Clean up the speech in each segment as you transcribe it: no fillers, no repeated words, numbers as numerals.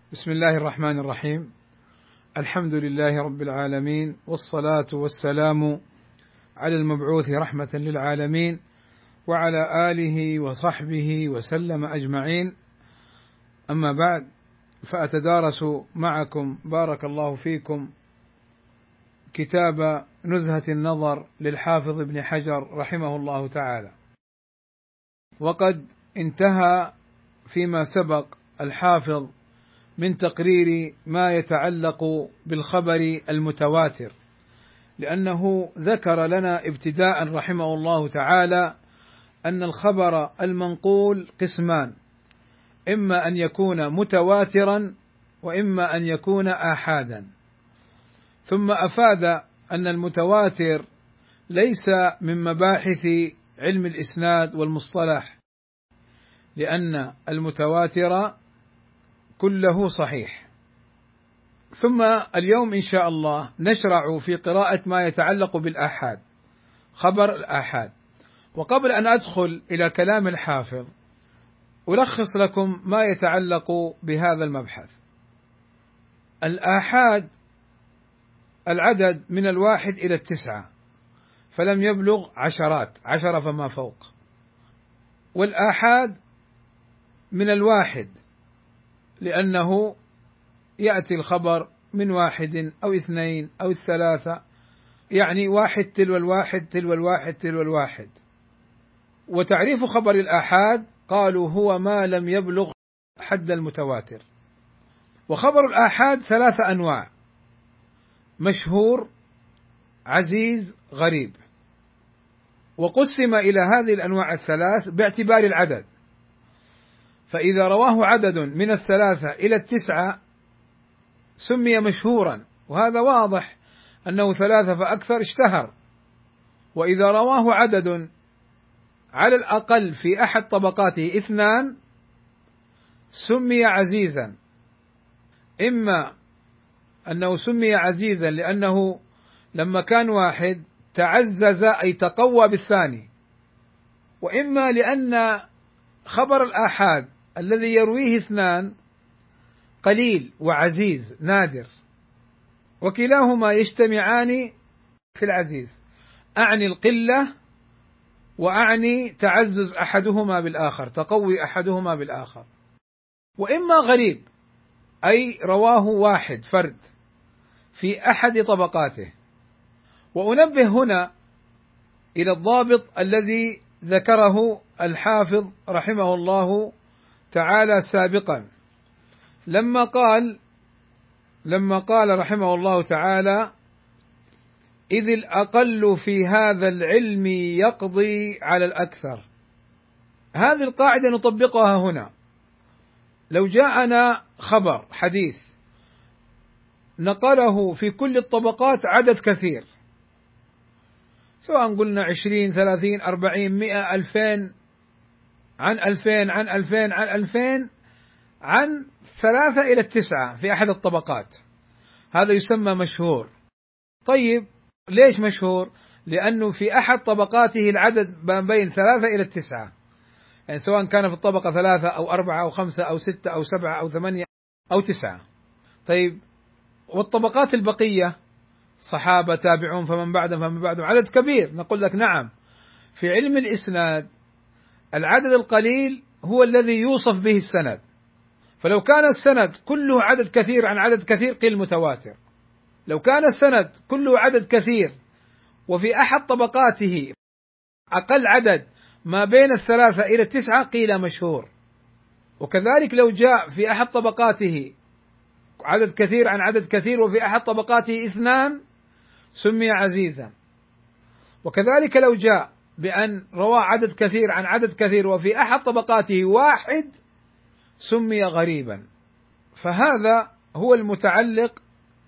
بسم الله الرحمن الرحيم. الحمد لله رب العالمين، والصلاة والسلام على المبعوث رحمة للعالمين، وعلى آله وصحبه وسلم أجمعين. أما بعد، فأتدارس معكم بارك الله فيكم كتاب نزهة النظر للحافظ ابن حجر رحمه الله تعالى. وقد انتهى فيما سبق الحافظ من تقرير ما يتعلق بالخبر المتواتر، لأنه ذكر لنا ابتداء رحمه الله تعالى أن الخبر المنقول قسمان: إما أن يكون متواترا، وإما أن يكون آحادا. ثم أفاد أن المتواتر ليس من مباحث علم الإسناد والمصطلح، لأن المتواتر كله صحيح. ثم اليوم إن شاء الله نشرع في قراءة ما يتعلق بالآحاد، خبر الآحاد. وقبل أن أدخل إلى كلام الحافظ ألخص لكم ما يتعلق بهذا المبحث. الآحاد العدد من 1 إلى 9، فلم يبلغ عشرات، 10 فما فوق. والآحاد من 1 لأنه يأتي الخبر من 1 أو 2 أو 3، يعني 1 تلو الواحد تلو الواحد تلو الواحد. وتعريف خبر الآحاد قالوا هو ما لم يبلغ حد المتواتر. وخبر الآحاد 3 أنواع: مشهور، عزيز، غريب. وقسم إلى هذه الأنواع الثلاث باعتبار العدد، فإذا رواه عدد من 3 إلى 9 سمي مشهورا، وهذا واضح أنه 3 فأكثر اشتهر. وإذا رواه عدد على الأقل في أحد طبقاته 2 سمي عزيزا، إما أنه سمي عزيزا لأنه لما كان 1 تعزز أي تقوى بالثاني، وإما لأن خبر الآحاد الذي يرويه 2 قليل وعزيز نادر، وكلاهما يجتمعان في العزيز، أعني القلة وأعني تعزز أحدهما بالآخر، تقوي أحدهما بالآخر. وإما غريب أي رواه 1 فرد في أحد طبقاته. وأنبه هنا إلى الضابط الذي ذكره الحافظ رحمه الله تعالى سابقا، لما قال رحمه الله تعالى: إذ الأقل في هذا العلم يقضي على الأكثر. هذه القاعدة نطبقها هنا. لو جاءنا خبر حديث نقله في كل الطبقات عدد كثير، سواء قلنا 20 30 40 100 2000 عن 2000 عن 2000 عن 2000 عن 3 إلى 9 في أحد الطبقات، هذا يسمى مشهور. طيب ليش مشهور؟ لأنه في أحد طبقاته العدد ما بين 3 إلى 9، يعني سواء كان في الطبقة 3 أو 4 أو 5 أو 6 أو 7 أو 8 أو 9. طيب والطبقات البقية صحابة، تابعون، فمن بعدهم عدد كبير. نقول لك نعم، في علم الإسناد العدد القليل هو الذي يوصف به السند، فلو كان السند كله عدد كثير عن عدد كثير قيل متواتر. لو كان السند كله عدد كثير وفي أحد طبقاته أقل عدد ما بين 3 إلى 9 قيل مشهور. وكذلك لو جاء في أحد طبقاته عدد كثير عن عدد كثير وفي أحد طبقاته 2 سمي عزيزا. وكذلك لو جاء بأن روى عدد كثير عن عدد كثير وفي أحد طبقاته 1 سمي غريبا. فهذا هو المتعلق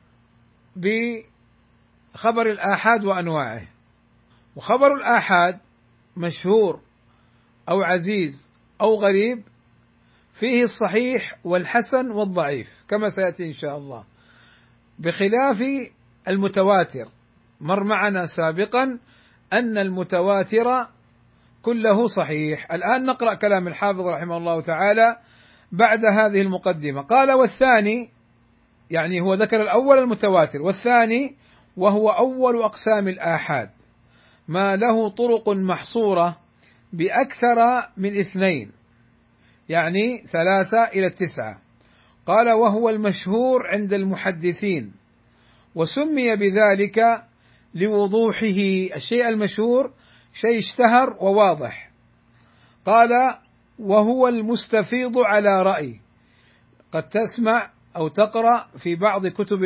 بخبر الآحاد وأنواعه. وخبر الآحاد مشهور أو عزيز أو غريب فيه الصحيح والحسن والضعيف كما سيأتي إن شاء الله، بخلاف المتواتر. مر معنا سابقا أن المتواتر كله صحيح. الآن نقرأ كلام الحافظ رحمه الله تعالى بعد هذه المقدمة. قال والثاني، يعني هو ذكر الأول المتواتر، والثاني وهو أول أقسام الآحاد ما له طرق محصورة بأكثر من 2، يعني 3 إلى 9. قال وهو المشهور عند المحدثين، وسمي بذلك لوضوحه. الشيء المشهور شيء اشتهر وواضح. قال وهو المستفيض على رأي. قد تسمع أو تقرأ في بعض كتب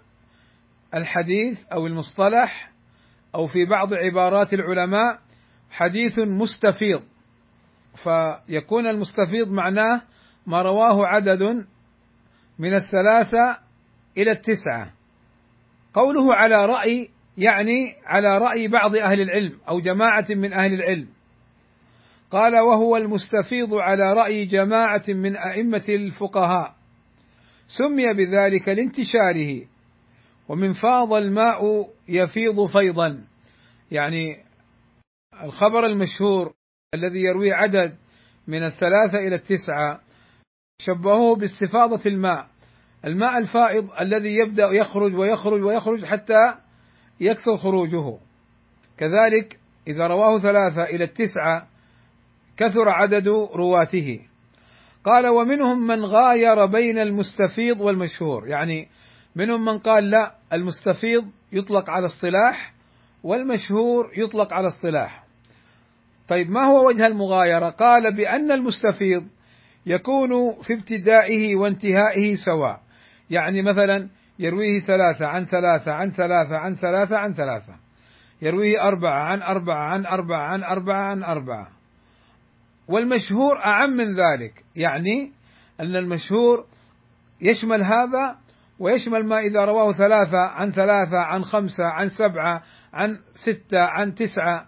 الحديث أو المصطلح أو في بعض عبارات العلماء حديث مستفيض، فيكون المستفيض معناه ما رواه عدد من 3 إلى 9. قوله على رأي يعني على رأي بعض أهل العلم أو جماعة من أهل العلم. قال وهو المستفيض على رأي جماعة من أئمة الفقهاء، سمي بذلك لانتشاره، ومن فاض الماء يفيض فيضا، يعني الخبر المشهور الذي يرويه عدد من 3 إلى 9 شبهوه باستفاضة الماء، الماء الفائض الذي يبدأ يخرج ويخرج ويخرج حتى يكثر خروجه. كذلك إذا رواه 3 إلى 9 كثر عدد رواته. قال ومنهم من غاير بين المستفيض والمشهور، يعني منهم من قال لا، المستفيض يطلق على اصطلاح والمشهور يطلق على اصطلاح. طيب ما هو وجه المغايرة؟ قال بأن المستفيض يكون في ابتدائه وانتهائه سواء، يعني مثلا يرويه 3 عن 3 عن 3 عن 3 عن 3، يرويه 4 عن 4 عن 4 عن 4 عن 4. والمشهور أعم من ذلك، يعني أن المشهور يشمل هذا ويشمل ما إذا رواه 3 عن 3 عن 5 عن 7 عن 6 عن 9،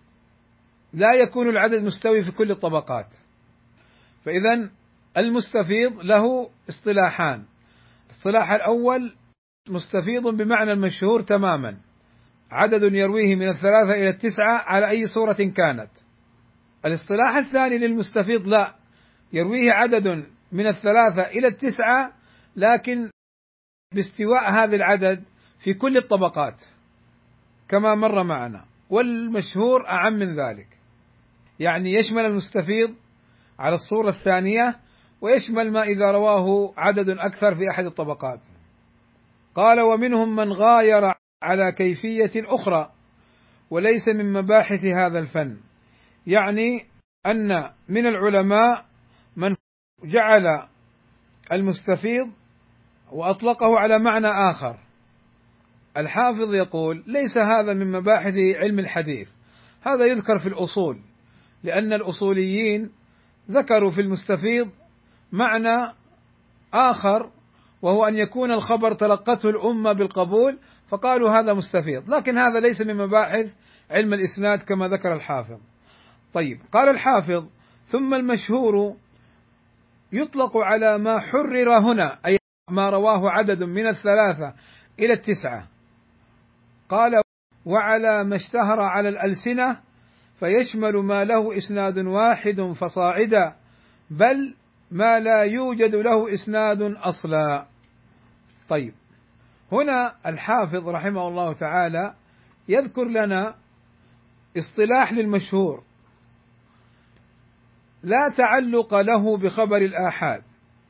لا يكون العدد مستوي في كل الطبقات. فإذا المستفيض له اصطلاحان: الاصطلاح الأول مستفيض بمعنى المشهور تماما، عدد يرويه من 3 إلى 9 على أي صورة كانت. الاصطلاح الثاني للمستفيض لا، يرويه عدد من 3 إلى 9 لكن باستواء هذا العدد في كل الطبقات كما مر معنا. والمشهور أعم من ذلك، يعني يشمل المستفيض على الصورة الثانية ويشمل ما إذا رواه عدد أكثر في أحد الطبقات. قال ومنهم من غاير على كيفية أخرى وليس من مباحث هذا الفن، يعني أن من العلماء من جعل المستفيض وأطلقه على معنى آخر. الحافظ يقول ليس هذا من مباحث علم الحديث، هذا يذكر في الأصول، لأن الأصوليين ذكروا في المستفيض معنى آخر، وهو أن يكون الخبر تلقته الأمة بالقبول فقالوا هذا مستفيض، لكن هذا ليس من مباحث علم الإسناد كما ذكر الحافظ. طيب قال الحافظ ثم المشهور يطلق على ما حرر هنا، أي ما رواه عدد من 3 إلى 9. قال وعلى ما اشتهر على الألسنة فيشمل ما له إسناد واحد فصاعدا، بل ما لا يوجد له إسناد أصلا. طيب هنا الحافظ رحمه الله تعالى يذكر لنا اصطلاح للمشهور لا تعلق له بخبر الآحاد،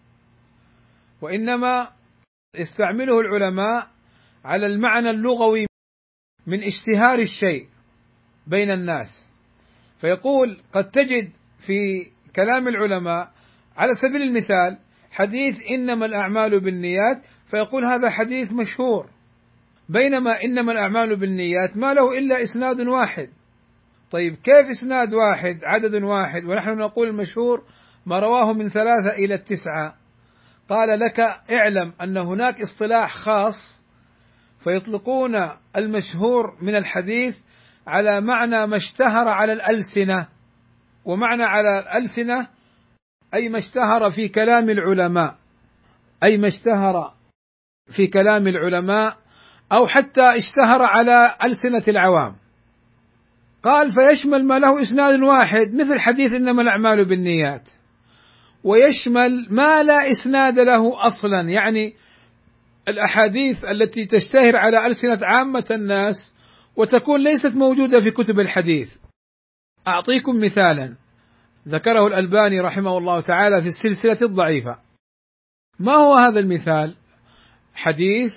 وإنما يستعمله العلماء على المعنى اللغوي من اشتهار الشيء بين الناس. فيقول قد تجد في كلام العلماء على سبيل المثال حديث إنما الأعمال بالنيات، فيقول هذا حديث مشهور، بينما إنما الأعمال بالنيات ما له إلا إسناد واحد. طيب كيف إسناد واحد عدد واحد ونحن نقول المشهور ما رواه من 3 إلى 9؟ قال لك اعلم أن هناك اصطلاح خاص فيطلقون المشهور من الحديث على معنى ما اشتهر على الألسنة، ومعنى على الألسنة أي ما اشتهر في كلام العلماء، أي ما اشتهر في كلام العلماء أو حتى اشتهر على ألسنة العوام. قال فيشمل ما له إسناد واحد مثل حديث إنما الأعمال بالنيات، ويشمل ما لا إسناد له أصلا، يعني الأحاديث التي تشتهر على ألسنة عامة الناس وتكون ليست موجودة في كتب الحديث. أعطيكم مثالا ذكره الألباني رحمه الله تعالى في السلسلة الضعيفة. ما هو هذا المثال؟ حديث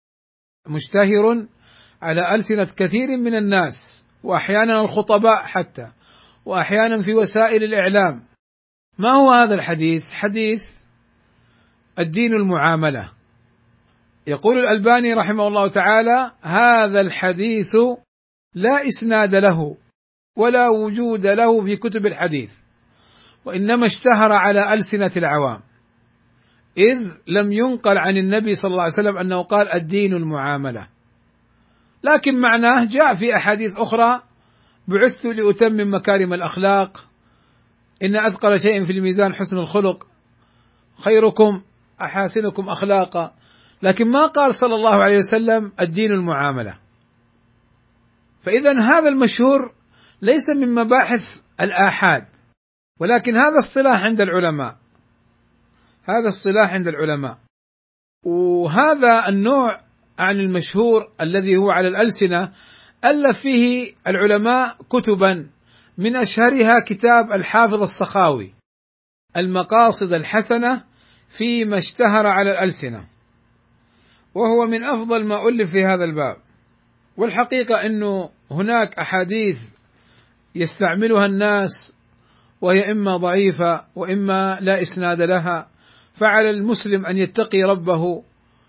مشتهر على ألسنة كثير من الناس، وأحيانا الخطباء حتى، وأحيانا في وسائل الإعلام. ما هو هذا الحديث؟ حديث الدين المعاملة. يقول الألباني رحمه الله تعالى: هذا الحديث لا إسناد له ولا وجود له في كتب الحديث، وإنما اشتهر على ألسنة العوام، إذ لم ينقل عن النبي صلى الله عليه وسلم أنه قال الدين المعاملة، لكن معناه جاء في أحاديث أخرى: بعثت لأتمم مكارم الأخلاق، إن أثقل شيء في الميزان حسن الخلق، خيركم أحاسنكم أخلاقا، لكن ما قال صلى الله عليه وسلم الدين المعاملة. فإذا هذا المشهور ليس من مباحث الآحاد، ولكن هذا اصطلاح عند العلماء، هذا اصطلاح عند العلماء. وهذا النوع عن المشهور الذي هو على الألسنة ألف فيه العلماء كتبا، من أشهرها كتاب الحافظ السخاوي المقاصد الحسنة فيما اشتهر على الألسنة، وهو من أفضل ما ألف في هذا الباب. والحقيقة أنه هناك أحاديث يستعملها الناس وهي إما ضعيفة وإما لا إسناد لها، فعلى المسلم أن يتقي ربه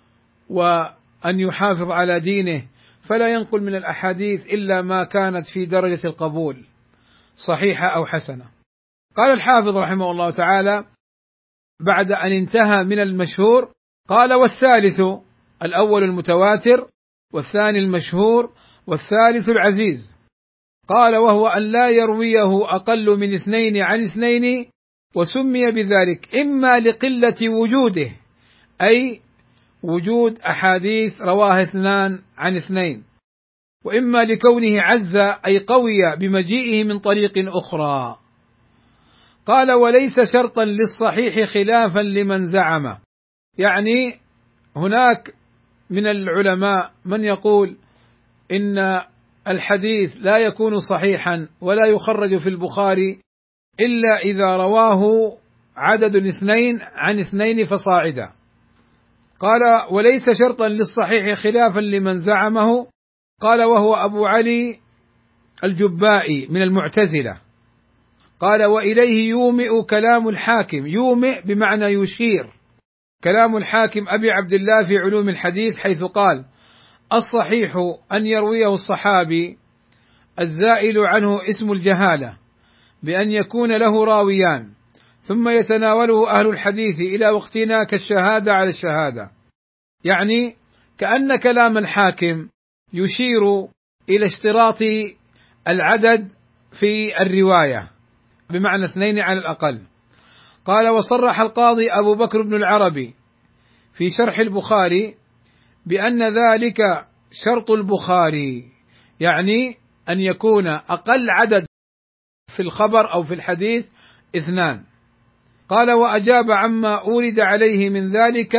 وأن يحافظ على دينه، فلا ينقل من الأحاديث إلا ما كانت في درجة القبول، صحيحة أو حسنة. قال الحافظ رحمه الله تعالى بعد أن انتهى من المشهور قال: والثالث، الأول المتواتر، والثاني المشهور، والثالث العزيز. قال: وهو أن لا يرويه أقل من 2 عن 2، وسمي بذلك إما لقلة وجوده، أي وجود أحاديث رواها 2 عن 2، وإما لكونه عز أي قوي بمجيئه من طريق أخرى. قال: وليس شرطا للصحيح خلافا لمن زعم. يعني هناك من العلماء من يقول إن الحديث لا يكون صحيحا ولا يخرج في البخاري إلا إذا رواه عدد 2 عن 2 فصاعدا. قال: وليس شرطا للصحيح خلافا لمن زعمه. قال: وهو أبو علي الجبائي من المعتزلة. قال: وإليه يومئ كلام الحاكم، يومئ بمعنى يشير، كلام الحاكم أبي عبد الله في علوم الحديث، حيث قال: الصحيح أن يرويه الصحابي الزائل عنه اسم الجهالة، بأن يكون له راويان، ثم يتناوله أهل الحديث إلى وقتنا كالشهادة على الشهادة. يعني كأن كلام الحاكم يشير إلى اشتراط العدد في الرواية، بمعنى 2 على الأقل. قال: وصرح القاضي أبو بكر بن العربي في شرح البخاري بأن ذلك شرط البخاري، يعني أن يكون أقل عدد في الخبر أو في الحديث 2. قال: وأجاب عما أورد عليه من ذلك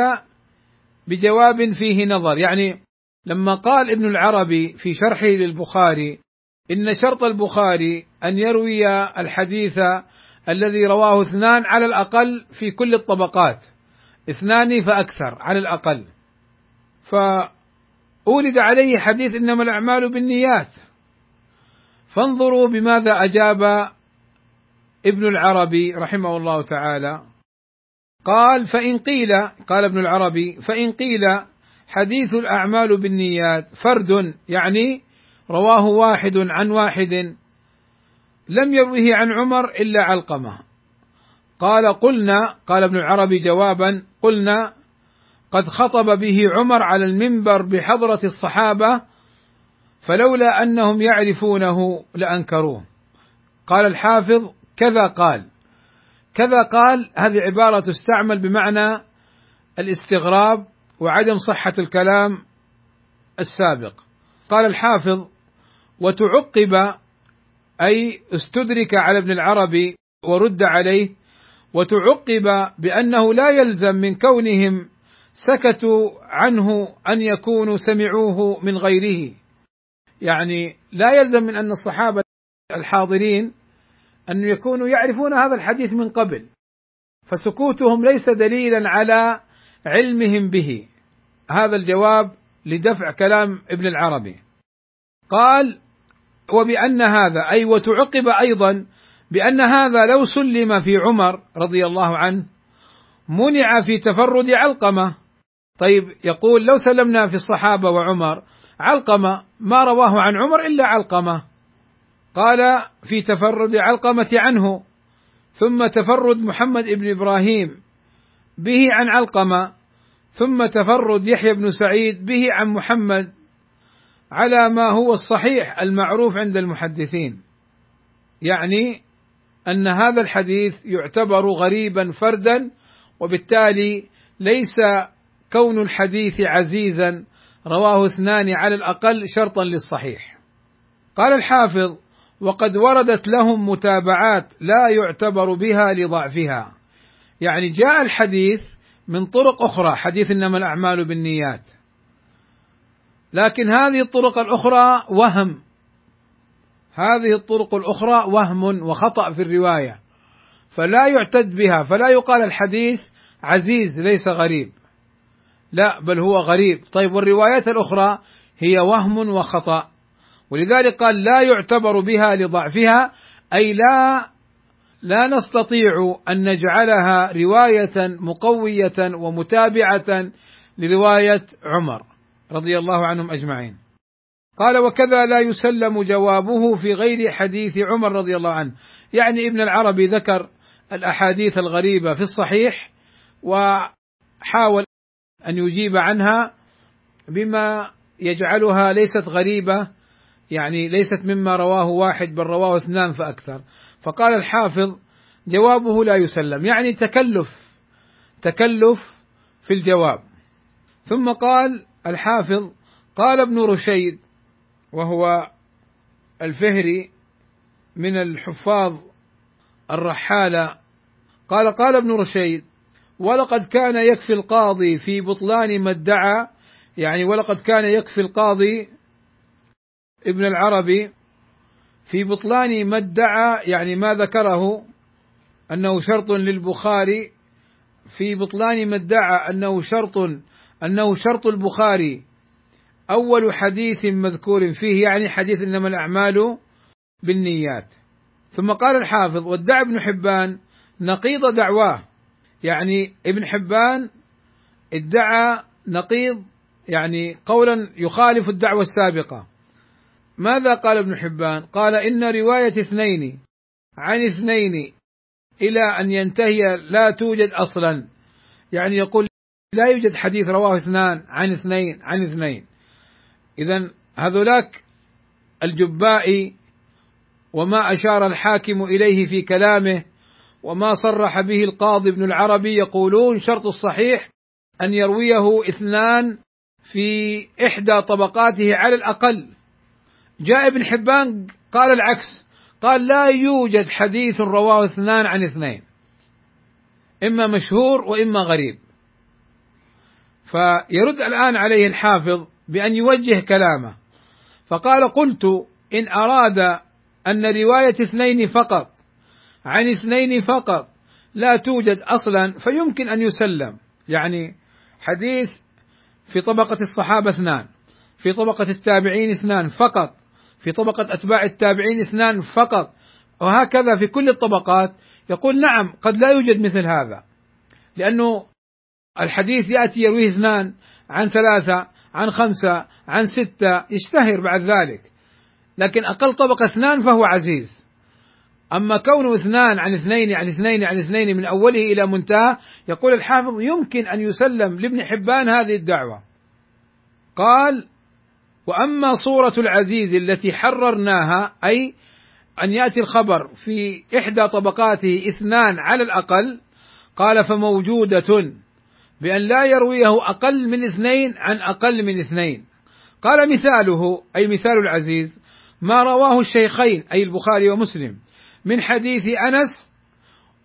بجواب فيه نظر. يعني لما قال ابن العربي في شرحه للبخاري إن شرط البخاري أن يروي الحديث الذي رواه 2 على الأقل في كل الطبقات، 2 فأكثر على الأقل، فأورد عليه حديث إنما الأعمال بالنيات. فانظروا بماذا أجاب ابن العربي رحمه الله تعالى. قال: فإن قيل، قال ابن العربي: فإن قيل حديث الأعمال بالنيات فرد، يعني رواه واحد عن واحد، لم يروه عن عمر إلا علقمة. قال: قلنا، قال ابن العربي جوابا: قلنا قد خطب به عمر على المنبر بحضرة الصحابة، فلولا أنهم يعرفونه لأنكروه. قال الحافظ: كذا قال. كذا قال هذه عبارة تستعمل بمعنى الاستغراب وعدم صحة الكلام السابق. قال الحافظ: وتعقب أي استدرك على ابن العربي ورد عليه، وتعقب بأنه لا يلزم من كونهم سكتوا عنه أن يكونوا سمعوه من غيره، يعني لا يلزم من أن الصحابة الحاضرين أن يكونوا يعرفون هذا الحديث من قبل، فسكوتهم ليس دليلا على علمهم به. هذا الجواب لدفع كلام ابن العربي. قال: وبأن هذا أي وتعقب أيضا بأن هذا لو سلم في عمر رضي الله عنه منع في تفرد علقمة. طيب، يقول لو سلمنا في الصحابة وعمر، علقمة ما رواه عن عمر إلا علقمة، قال في تفرد علقمة عنه، ثم تفرد محمد بن إبراهيم به عن علقمة، ثم تفرد يحيى بن سعيد به عن محمد، على ما هو الصحيح المعروف عند المحدثين، يعني أن هذا الحديث يعتبر غريبا فردا، وبالتالي ليس كون الحديث عزيزا رواه اثنان على الأقل شرطا للصحيح. قال الحافظ: وقد وردت لهم متابعات لا يعتبر بها لضعفها، يعني جاء الحديث من طرق أخرى، حديث إنما الأعمال بالنيات، لكن هذه الطرق الأخرى وهم، هذه الطرق الأخرى وهم وخطأ في الرواية، فلا يعتد بها، فلا يقال الحديث عزيز ليس غريب، لا بل هو غريب. طيب، والروايات الأخرى هي وهم وخطأ، ولذلك قال لا يعتبر بها لضعفها، أي لا نستطيع أن نجعلها رواية مقوية ومتابعة لرواية عمر رضي الله عنهم أجمعين. قال: وكذا لا يسلم جوابه في غير حديث عمر رضي الله عنه، يعني ابن العربي ذكر الأحاديث الغريبة في الصحيح وحاول أن يجيب عنها بما يجعلها ليست غريبة، يعني ليست مما رواه واحد بل رواه اثنان فأكثر. فقال الحافظ: جوابه لا يسلم، يعني تكلف في الجواب. ثم قال الحافظ: قال ابن رشيد، وهو الفهري من الحفاظ الرحالة، قال ابن رشيد: ولقد كان يكفي القاضي في بطلان ما ادعى، يعني ولقد كان يكفي القاضي ابن العربي في بطلان ما ادعى، يعني ما ذكره أنه شرط للبخاري، في بطلان ما ادعى أنه شرط البخاري أول حديث مذكور فيه، يعني حديث إنما الأعمال بالنيات. ثم قال الحافظ: وادعى ابن حبان نقيض دعواه، يعني ابن حبان ادعى نقيض، يعني قولا يخالف الدعوة السابقة. ماذا قال ابن حبان؟ قال: إن رواية اثنين عن اثنين إلى أن ينتهي لا توجد أصلا، يعني يقول لا يوجد حديث رواه اثنان عن اثنين عن اثنين. إذن هذولاك الجبائي وما أشار الحاكم إليه في كلامه وما صرح به القاضي ابن العربي يقولون شرط الصحيح أن يرويه اثنان في إحدى طبقاته على الأقل. جاء ابن حبان قال العكس، قال لا يوجد حديث رواه اثنان عن اثنين، إما مشهور وإما غريب. فيرد الآن عليه الحافظ بأن يوجه كلامه، فقال: قلت إن أراد أن رواية اثنين فقط عن اثنين فقط لا توجد أصلا فيمكن أن يسلم، يعني حديث في طبقة الصحابة اثنان، في طبقة التابعين اثنان فقط، في طبقة أتباع التابعين اثنان فقط، وهكذا في كل الطبقات. يقول نعم قد لا يوجد مثل هذا، لأنه الحديث يأتي يرويه اثنان عن ثلاثة عن خمسة عن ستة، يشتهر بعد ذلك، لكن أقل طبقة اثنان فهو عزيز. أما كونه اثنان عن اثنين عن اثنين عن اثنين من أوله إلى منتهى، يقول الحافظ يمكن أن يسلم لابن حبان هذه الدعوة. قال: وأما صورة العزيز التي حررناها، أي أن يأتي الخبر في إحدى طبقاته اثنان على الأقل، قال: فموجودة بأن لا يرويه أقل من اثنين عن أقل من اثنين. قال: مثاله أي مثال العزيز ما رواه الشيخين أي البخاري ومسلم من حديث أنس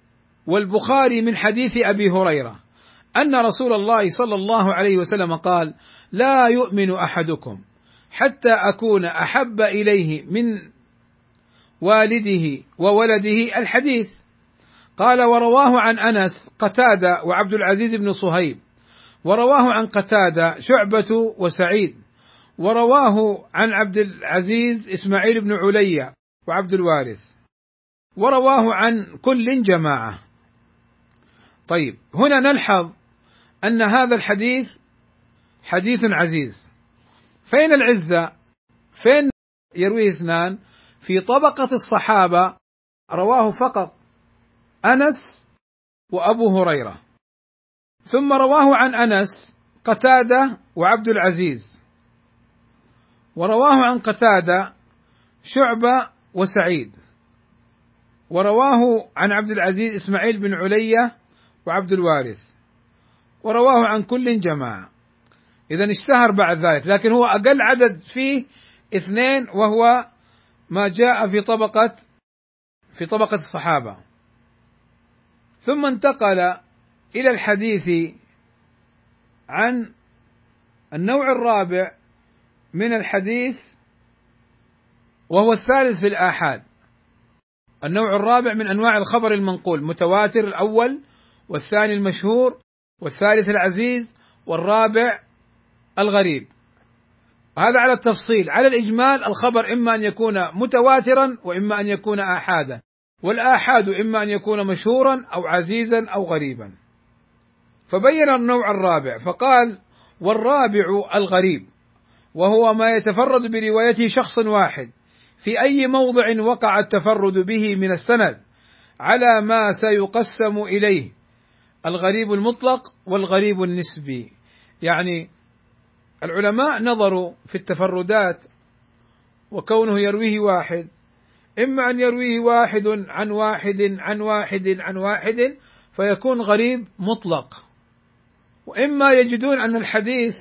والبخاري من حديث أبي هريرة أن رسول الله صلى الله عليه وسلم قال: لا يؤمن أحدكم حتى أكون أحب إليه من والده وولده الحديث. قال: ورواه عن أنس قتادة وعبد العزيز بن صهيب، ورواه عن قتادة شعبة وسعيد، ورواه عن عبد العزيز إسماعيل بن عليا وعبد الوارث، ورواه عن كل جماعة. طيب، هنا نلحظ أن هذا الحديث حديث عزيز. فين العزة؟ فين يرويه اثنان؟ في طبقة الصحابة رواه فقط أنس وأبو هريرة، ثم رواه عن أنس قتادة وعبد العزيز، ورواه عن قتادة شعبة وسعيد، ورواه عن عبد العزيز إسماعيل بن عليا وعبد الوارث، ورواه عن كل جماعة. إذن اشتهر بعد ذلك، لكن هو أقل عدد فيه اثنين، وهو ما جاء في طبقة الصحابة. ثم انتقل إلى الحديث عن النوع الرابع من الحديث، وهو الثالث في الآحاد. النوع الرابع من أنواع الخبر المنقول: متواتر الأول، والثاني المشهور، والثالث العزيز، والرابع الغريب. هذا على التفصيل. على الإجمال الخبر إما أن يكون متواترا وإما أن يكون آحادا، والآحاد إما أن يكون مشهورا أو عزيزا أو غريبا. فبين النوع الرابع فقال: والرابع الغريب، وهو ما يتفرد بروايته شخص واحد في أي موضع وقع التفرد به من السند، على ما سيقسم إليه الغريب المطلق والغريب النسبي. يعني العلماء نظروا في التفردات، وكونه يرويه واحد، إما أن يرويه واحد عن واحد عن واحد عن واحد فيكون غريب مطلق، وإما يجدون أن الحديث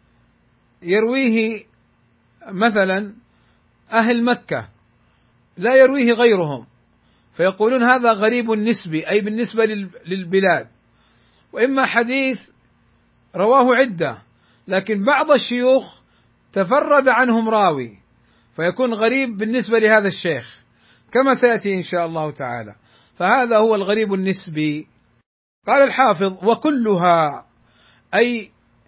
يرويه مثلا أهل مكة لا يرويه غيرهم، فيقولون هذا غريب نسبي، أي بالنسبة للبلاد. وإما حديث رواه عدة لكن بعض الشيوخ تفرد عنهم راوي، فيكون غريب بالنسبة لهذا الشيخ، كما سيأتي إن شاء الله تعالى. فهذا هو الغريب النسبي. قال الحافظ: وكلها، أي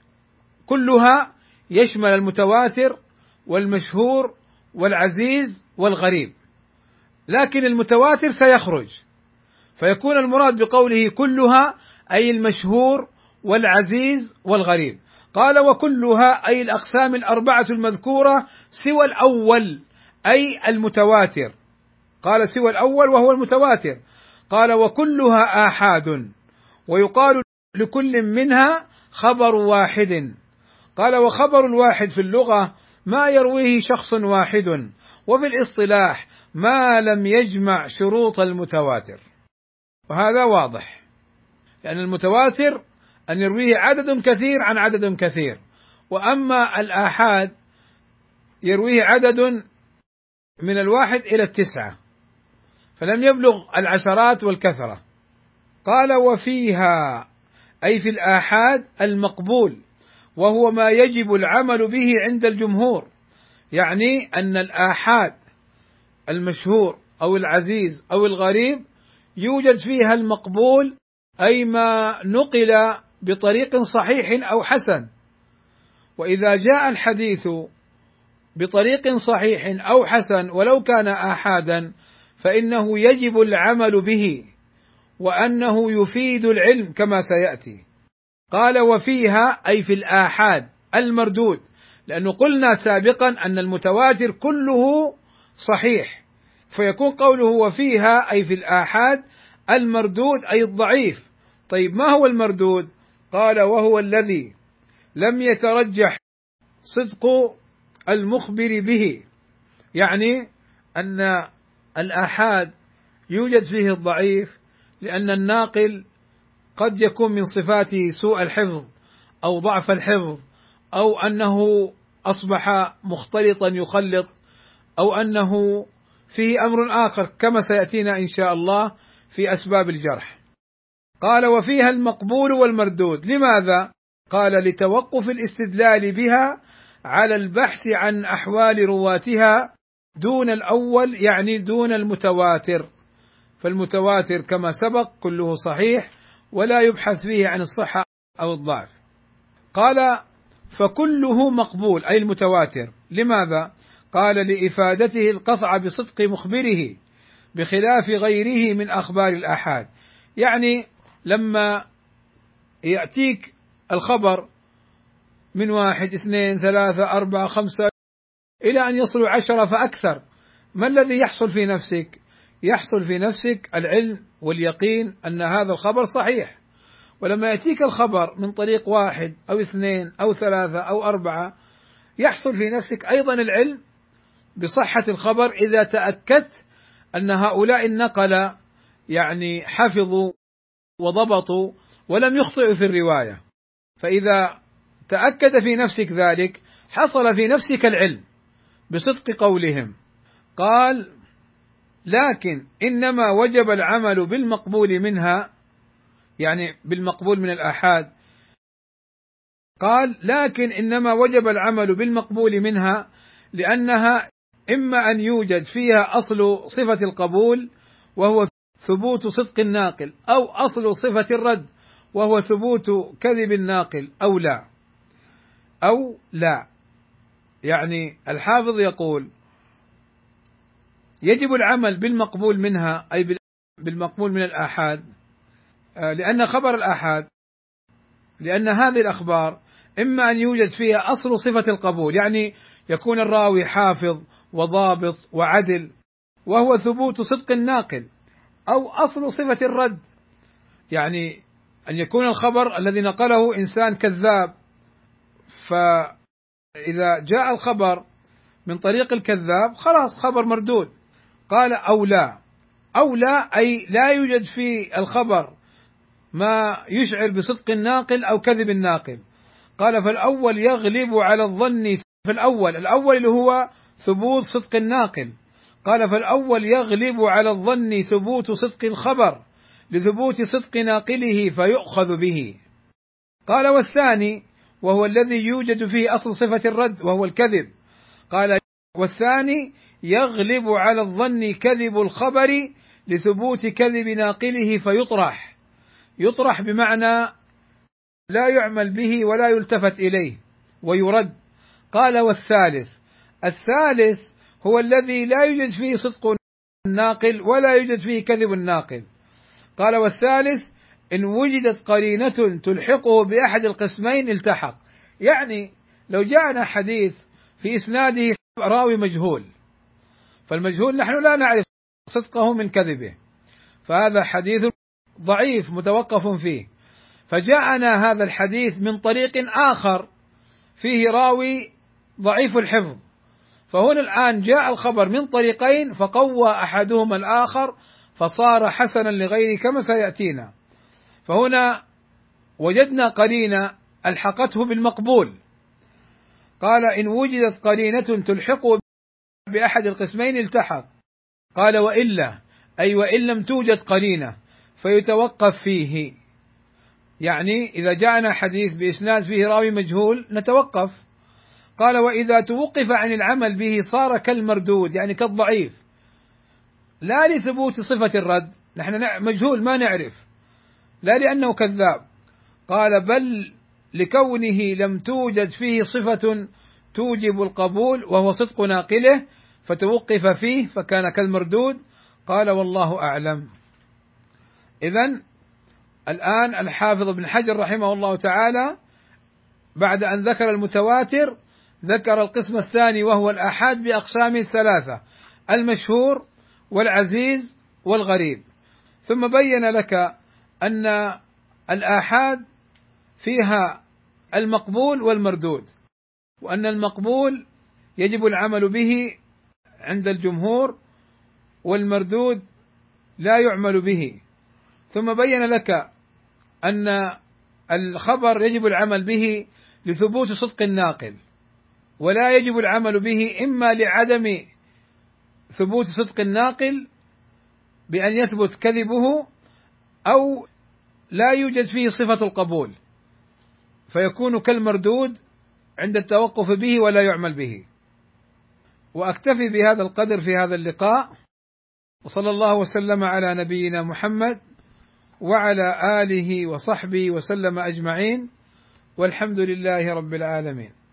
كلها يشمل المتواتر والمشهور والعزيز والغريب، لكن المتواتر سيخرج، فيكون المراد بقوله كلها أي المشهور والعزيز والغريب. قال: وكلها أي الأقسام الأربعة المذكورة سوى الأول أي المتواتر. قال: سوى الأول وهو المتواتر. قال: وكلها آحاد، ويقال لكل منها خبر واحد. قال: وخبر الواحد في اللغة ما يرويه شخص واحد، وفي الاصطلاح ما لم يجمع شروط المتواتر. وهذا واضح، لأن المتواتر أن يرويه عدد كثير عن عدد كثير، وأما الآحاد يرويه عدد من 1 إلى 9، فلم يبلغ العشرات والكثرة. قال: وفيها أي في الآحاد المقبول، وهو ما يجب العمل به عند الجمهور. يعني أن الآحاد المشهور أو العزيز أو الغريب يوجد فيها المقبول، أي ما نقل بطريق صحيح أو حسن. وإذا جاء الحديث بطريق صحيح أو حسن ولو كان آحادا فإنه يجب العمل به، وأنه يفيد العلم كما سيأتي. قال: وفيها أي في الآحاد المردود، لأنه قلنا سابقا أن المتواتر كله صحيح، فيكون قوله وفيها أي في الآحاد المردود أي الضعيف. طيب، ما هو المردود؟ قال: وهو الذي لم يترجح صدق المخبر به. يعني أن الآحاد يوجد فيه الضعيف، لأن الناقل قد يكون من صفاته سوء الحفظ أو ضعف الحفظ، أو أنه أصبح مختلطا يخلط، أو أنه فيه أمر آخر كما سيأتينا إن شاء الله في أسباب الجرح. قال: وفيها المقبول والمردود. لماذا؟ قال: لتوقف الاستدلال بها على البحث عن أحوال رواتها دون الأول، يعني دون المتواتر، فالمتواتر كما سبق كله صحيح ولا يبحث فيه عن الصحة أو الضعف. قال: فكله مقبول أي المتواتر. لماذا؟ قال: لإفادته القطع بصدق مخبره بخلاف غيره من أخبار الآحاد. يعني لما يأتيك الخبر من 1 2 3 4 5 إلى أن يصلوا 10 فأكثر، ما الذي يحصل في نفسك؟ يحصل في نفسك العلم واليقين أن هذا الخبر صحيح. ولما يأتيك الخبر من طريق 1 أو 2 أو 3 أو 4 يحصل في نفسك أيضا العلم بصحة الخبر إذا تأكدت أن هؤلاء النقلة يعني حفظوا وضبطوا ولم يخطئوا في الرواية. فإذا تأكد في نفسك ذلك حصل في نفسك العلم بصدق قولهم. قال: لكن إنما وجب العمل بالمقبول منها، يعني بالمقبول من الآحاد. قال: لكن إنما وجب العمل بالمقبول منها لأنها إما أن يوجد فيها أصل صفة القبول وهو ثبوت صدق الناقل، أو أصل صفة الرد وهو ثبوت كذب الناقل، أو لا. يعني الحافظ يقول: يجب العمل بالمقبول منها أي بالمقبول من الآحاد، لأن خبر الآحاد، لأن هذه الأخبار إما أن يوجد فيها أصل صفة القبول، يعني يكون الراوي حافظ وضابط وعدل وهو ثبوت صدق الناقل، أو أصل صفة الرد، يعني أن يكون الخبر الذي نقله إنسان كذاب، فإذا جاء الخبر من طريق الكذاب خلاص خبر مردود. قال: أو لا أي لا يوجد في الخبر ما يشعر بصدق الناقل أو كذب الناقل. قال: فالأول يغلب على الظن، الأول اللي هو ثبوت صدق الناقل. قال: فالأول يغلب على الظن ثبوت صدق الخبر لثبوت صدق ناقله فيؤخذ به. قال: والثاني وهو الذي يوجد فيه أصل صفة الرد وهو الكذب. قال: والثاني يغلب على الظن كذب الخبر لثبوت كذب ناقله يطرح بمعنى لا يعمل به ولا يلتفت إليه ويرد. قال: الثالث هو الذي لا يوجد فيه صدق الناقل ولا يوجد فيه كذب الناقل. قال: والثالث إن وجدت قرينة تلحقه بأحد القسمين التحق. يعني لو جاءنا حديث في إسناده راوي مجهول، فالمجهول نحن لا نعرف صدقه من كذبه، فهذا حديث ضعيف متوقف فيه. فجاءنا هذا الحديث من طريق آخر فيه راوي ضعيف الحفظ، فهنا الآن جاء الخبر من طريقين فقوى أحدهما الآخر فصار حسنا لغيره كما سيأتينا. فهنا وجدنا قرينة ألحقته بالمقبول. قال: إن وجدت قرينة تلحقه بأحد القسمين التحق. قال: وإلا أي وإن لم توجد قرينة فيتوقف فيه. يعني إذا جاءنا حديث بإسناد فيه راوي مجهول نتوقف. قال: وإذا توقف عن العمل به صار كالمردود، يعني كالضعيف، لا لثبوت صفة الرد، نحن مجهول ما نعرف، لا لأنه كذاب. قال: بل لكونه لم توجد فيه صفة توجب القبول وهو صدق ناقله فتوقف فيه فكان كالمردود. قال: والله أعلم. إذن الآن الحافظ ابن حجر رحمه الله تعالى بعد أن ذكر المتواتر ذكر القسم الثاني وهو الآحاد بأقسام الثلاثة: المشهور والعزيز والغريب. ثم بين لك أن الآحاد فيها المقبول والمردود، وأن المقبول يجب العمل به عند الجمهور والمردود لا يعمل به. ثم بين لك أن الخبر يجب العمل به لثبوت صدق الناقل، ولا يجب العمل به إما لعدم ثبوت صدق الناقل بأن يثبت كذبه، أو لا يوجد فيه صفة القبول، فيكون كالمردود عند التوقف به ولا يعمل به. وأكتفي بهذا القدر في هذا اللقاء، وصلى الله وسلم على نبينا محمد وعلى آله وصحبه وسلم أجمعين، والحمد لله رب العالمين.